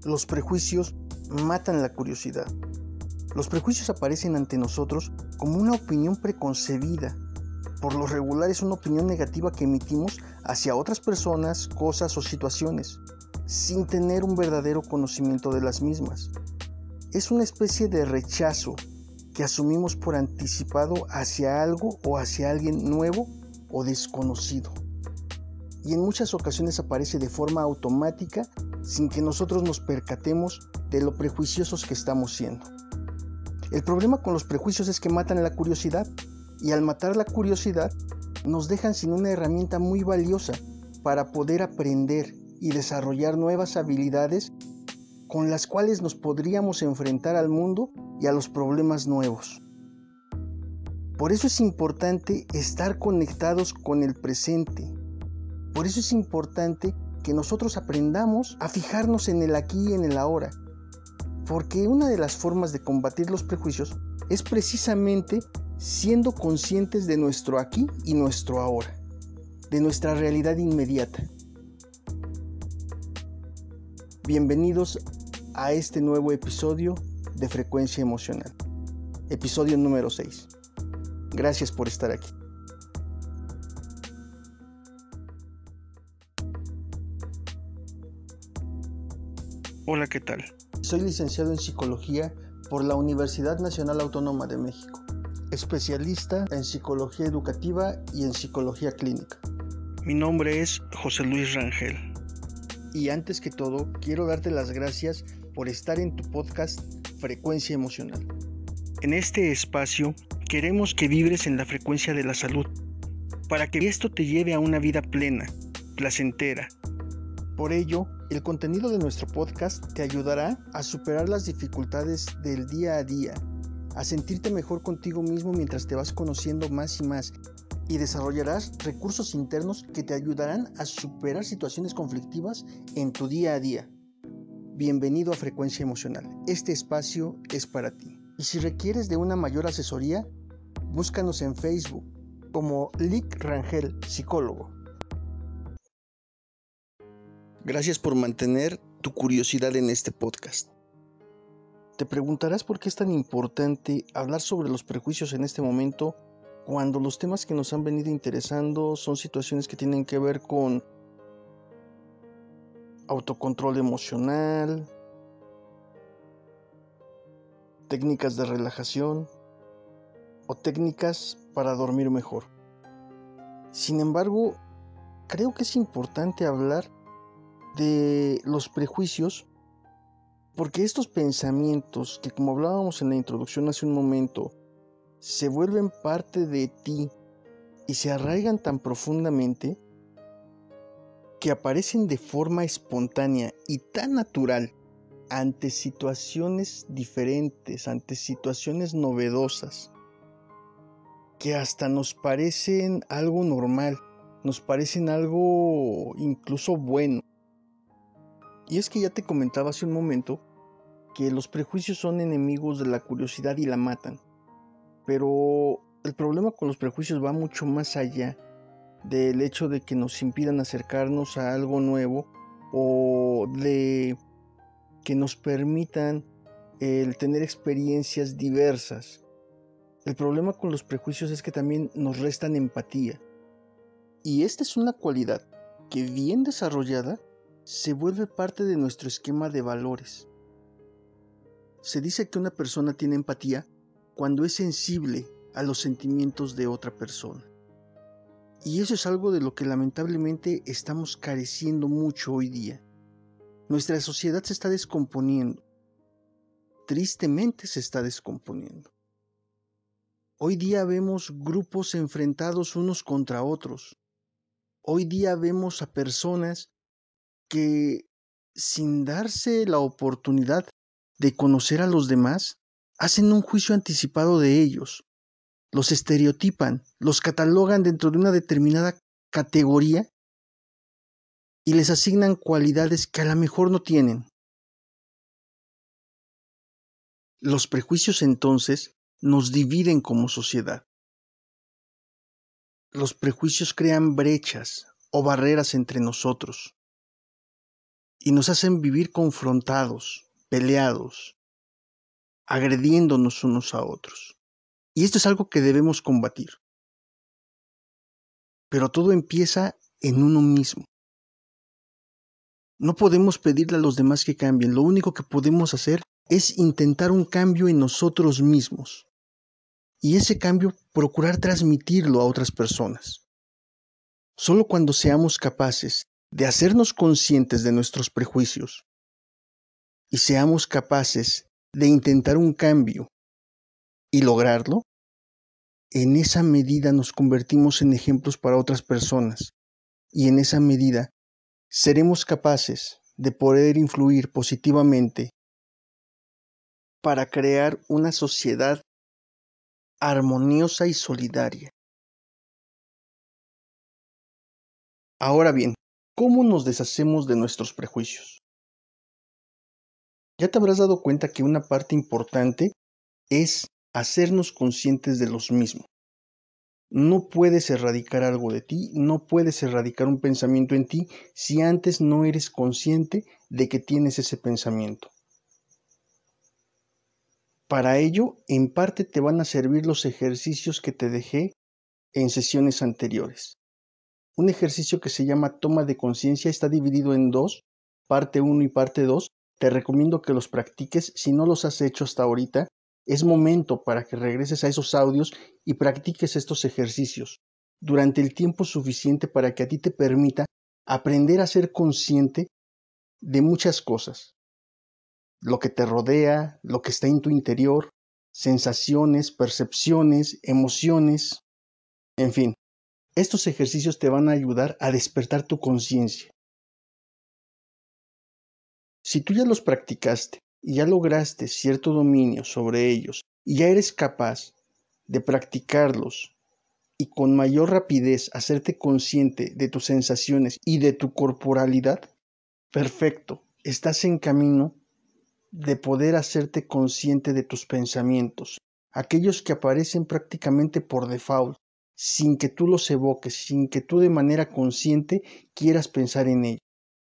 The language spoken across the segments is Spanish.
Los prejuicios matan la curiosidad. Los prejuicios aparecen ante nosotros como una opinión preconcebida. Por lo regular es una opinión negativa que emitimos hacia otras personas, cosas o situaciones, sin tener un verdadero conocimiento de las mismas. Es una especie de rechazo que asumimos por anticipado hacia algo o hacia alguien nuevo o desconocido. Y en muchas ocasiones aparece de forma automática sin que nosotros nos percatemos de lo prejuiciosos que estamos siendo. El problema con los prejuicios es que matan la curiosidad, y al matar la curiosidad nos dejan sin una herramienta muy valiosa para poder aprender y desarrollar nuevas habilidades con las cuales nos podríamos enfrentar al mundo y a los problemas nuevos. Por eso es importante estar conectados con el presente. Por eso es importante que nosotros aprendamos a fijarnos en el aquí y en el ahora. Porque una de las formas de combatir los prejuicios es precisamente siendo conscientes de nuestro aquí y nuestro ahora, de nuestra realidad inmediata. Bienvenidos a este nuevo episodio de Frecuencia Emocional, episodio número 6. Gracias por estar aquí. Hola, ¿qué tal? Soy licenciado en Psicología por la Universidad Nacional Autónoma de México, especialista en Psicología Educativa y en Psicología Clínica. Mi nombre es José Luis Rangel. Y antes que todo, quiero darte las gracias por estar en tu podcast Frecuencia Emocional. En este espacio, queremos que vibres en la frecuencia de la salud, para que esto te lleve a una vida plena, placentera. Por ello, el contenido de nuestro podcast te ayudará a superar las dificultades del día a día, a sentirte mejor contigo mismo mientras te vas conociendo más y más, y desarrollarás recursos internos que te ayudarán a superar situaciones conflictivas en tu día a día. Bienvenido a Frecuencia Emocional. Este espacio es para ti. Y si requieres de una mayor asesoría, búscanos en Facebook como Lic Rangel, psicólogo. Gracias por mantener tu curiosidad en este podcast. Te preguntarás por qué es tan importante hablar sobre los prejuicios en este momento, cuando los temas que nos han venido interesando son situaciones que tienen que ver con autocontrol emocional, técnicas de relajación o técnicas para dormir mejor. Sin embargo, creo que es importante hablar de los prejuicios porque estos pensamientos que, como hablábamos en la introducción hace un momento, se vuelven parte de ti y se arraigan tan profundamente que aparecen de forma espontánea y tan natural ante situaciones diferentes, ante situaciones novedosas, que hasta nos parecen algo normal, nos parecen algo incluso bueno. Y es que ya te comentaba hace un momento que los prejuicios son enemigos de la curiosidad y la matan. Pero el problema con los prejuicios va mucho más allá del hecho de que nos impidan acercarnos a algo nuevo o de que nos permitan el tener experiencias diversas. El problema con los prejuicios es que también nos restan empatía. Y esta es una cualidad que, bien desarrollada, se vuelve parte de nuestro esquema de valores. Se dice que una persona tiene empatía cuando es sensible a los sentimientos de otra persona. Y eso es algo de lo que lamentablemente estamos careciendo mucho hoy día. Nuestra sociedad se está descomponiendo. Tristemente se está descomponiendo. Hoy día vemos grupos enfrentados unos contra otros. Hoy día vemos a personas que, sin darse la oportunidad de conocer a los demás, hacen un juicio anticipado de ellos. Los estereotipan, los catalogan dentro de una determinada categoría y les asignan cualidades que a lo mejor no tienen. Los prejuicios entonces nos dividen como sociedad. Los prejuicios crean brechas o barreras entre nosotros. y nos hacen vivir confrontados, peleados, agrediéndonos unos a otros. Y esto es algo que debemos combatir. Pero todo empieza en uno mismo. No podemos pedirle a los demás que cambien. Lo único que podemos hacer es intentar un cambio en nosotros mismos. Y ese cambio procurar transmitirlo a otras personas. Solo cuando seamos capaces de hacernos conscientes de nuestros prejuicios y seamos capaces de intentar un cambio y lograrlo, en esa medida nos convertimos en ejemplos para otras personas y en esa medida seremos capaces de poder influir positivamente para crear una sociedad armoniosa y solidaria. Ahora bien, ¿cómo nos deshacemos de nuestros prejuicios? Ya te habrás dado cuenta que una parte importante es hacernos conscientes de los mismos. No puedes erradicar algo de ti, no puedes erradicar un pensamiento en ti si antes no eres consciente de que tienes ese pensamiento. Para ello, en parte te van a servir los ejercicios que te dejé en sesiones anteriores. Un ejercicio que se llama toma de conciencia está dividido en dos, parte 1 y parte 2. Te recomiendo que los practiques. Si no los has hecho hasta ahorita, es momento para que regreses a esos audios y practiques estos ejercicios durante el tiempo suficiente para que a ti te permita aprender a ser consciente de muchas cosas. Lo que te rodea, lo que está en tu interior, sensaciones, percepciones, emociones, en fin. Estos ejercicios te van a ayudar a despertar tu conciencia. Si tú ya los practicaste y ya lograste cierto dominio sobre ellos y ya eres capaz de practicarlos y con mayor rapidez hacerte consciente de tus sensaciones y de tu corporalidad, perfecto, estás en camino de poder hacerte consciente de tus pensamientos, aquellos que aparecen prácticamente por default, sin que tú los evoques, sin que tú de manera consciente quieras pensar en ellos.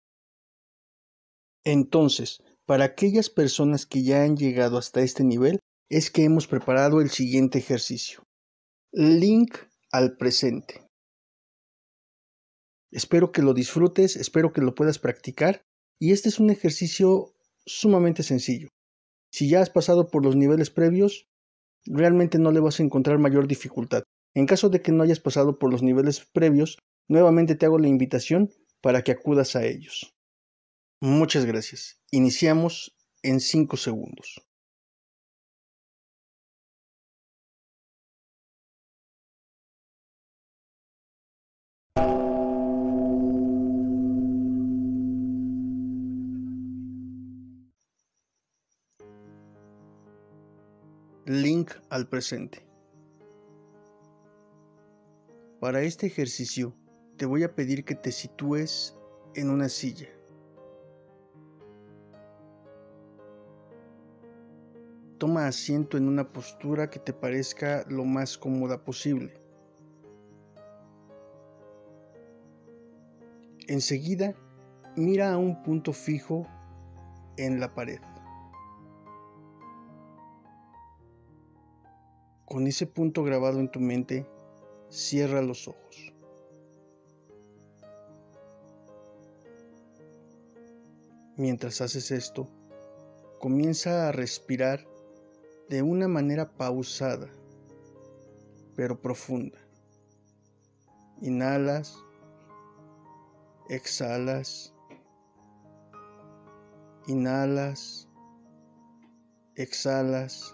Entonces, para aquellas personas que ya han llegado hasta este nivel, es que hemos preparado el siguiente ejercicio. Link al presente. Espero que lo disfrutes, espero que lo puedas practicar, y este es un ejercicio sumamente sencillo. Si ya has pasado por los niveles previos, realmente no le vas a encontrar mayor dificultad. En caso de que no hayas pasado por los niveles previos, nuevamente te hago la invitación para que acudas a ellos. Muchas gracias. Iniciamos en 5 segundos. Link al presente. Para este ejercicio, te voy a pedir que te sitúes en una silla. Toma asiento en una postura que te parezca lo más cómoda posible. Enseguida, mira a un punto fijo en la pared. Con ese punto grabado en tu mente, cierra los ojos. Mientras haces esto, comienza a respirar de una manera pausada, pero profunda. Inhalas, exhalas, inhalas, exhalas.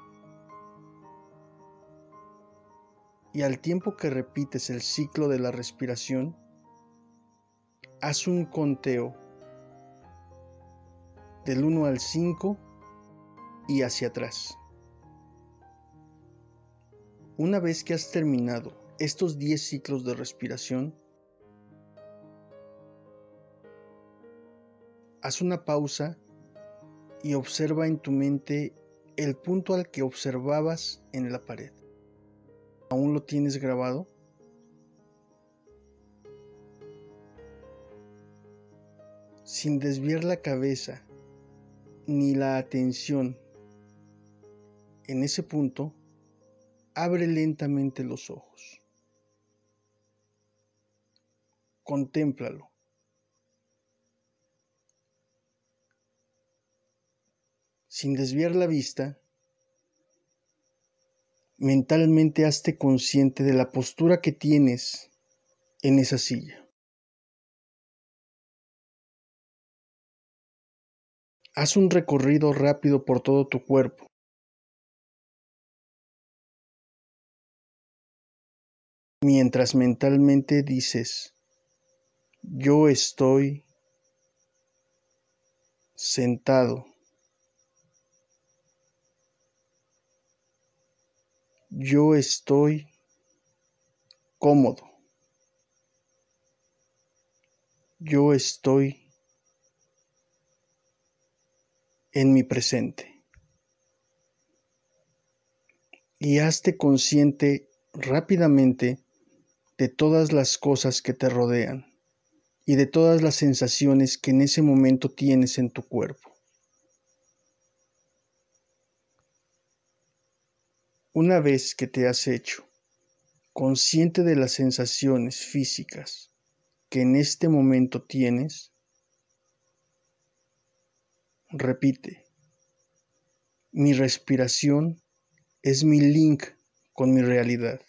Y al tiempo que repites el ciclo de la respiración, haz un conteo del 1 al 5 y hacia atrás. Una vez que has terminado estos 10 ciclos de respiración, haz una pausa y observa en tu mente el punto al que observabas en la pared. ¿Aún lo tienes grabado? sin desviar la cabeza ni la atención. En ese punto, abre lentamente los ojos. Contémplalo. Sin desviar la vista, mentalmente hazte consciente de la postura que tienes en esa silla. Haz un recorrido rápido por todo tu cuerpo. Mientras mentalmente dices, yo estoy sentado. Yo estoy cómodo. Yo estoy en mi presente. Y hazte consciente rápidamente de todas las cosas que te rodean y de todas las sensaciones que en ese momento tienes en tu cuerpo. Una vez que te has hecho consciente de las sensaciones físicas que en este momento tienes, repite, mi respiración es mi link con mi realidad.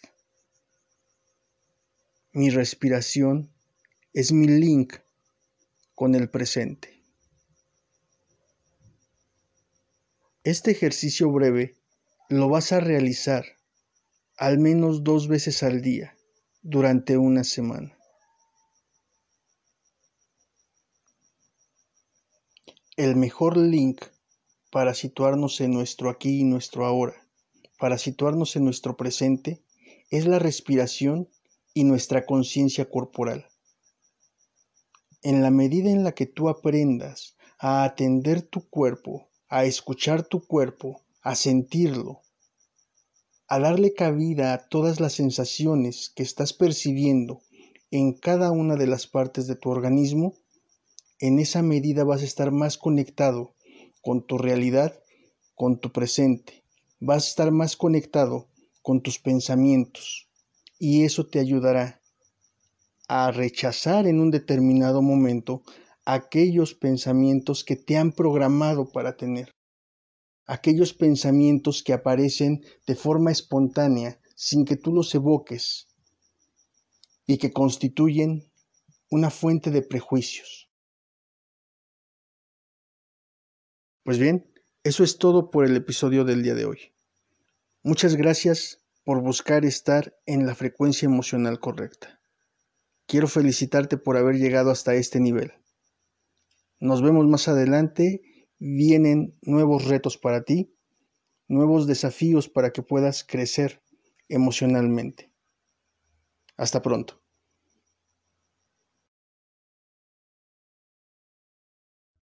Mi respiración es mi link con el presente. Este ejercicio breve lo vas a realizar al menos 2 veces al día durante una semana. El mejor link para situarnos en nuestro aquí y nuestro ahora, para situarnos en nuestro presente, es la respiración y nuestra conciencia corporal. En la medida en la que tú aprendas a atender tu cuerpo, a escuchar tu cuerpo, a sentirlo, a darle cabida a todas las sensaciones que estás percibiendo en cada una de las partes de tu organismo, en esa medida vas a estar más conectado con tu realidad, con tu presente. Vas a estar más conectado con tus pensamientos y eso te ayudará a rechazar en un determinado momento aquellos pensamientos que te han programado para tener, aquellos pensamientos que aparecen de forma espontánea sin que tú los evoques y que constituyen una fuente de prejuicios. Pues bien, eso es todo por el episodio del día de hoy. Muchas gracias por buscar estar en la frecuencia emocional correcta. Quiero felicitarte por haber llegado hasta este nivel. Nos vemos más adelante. Vienen nuevos retos para ti, nuevos desafíos para que puedas crecer emocionalmente. Hasta pronto.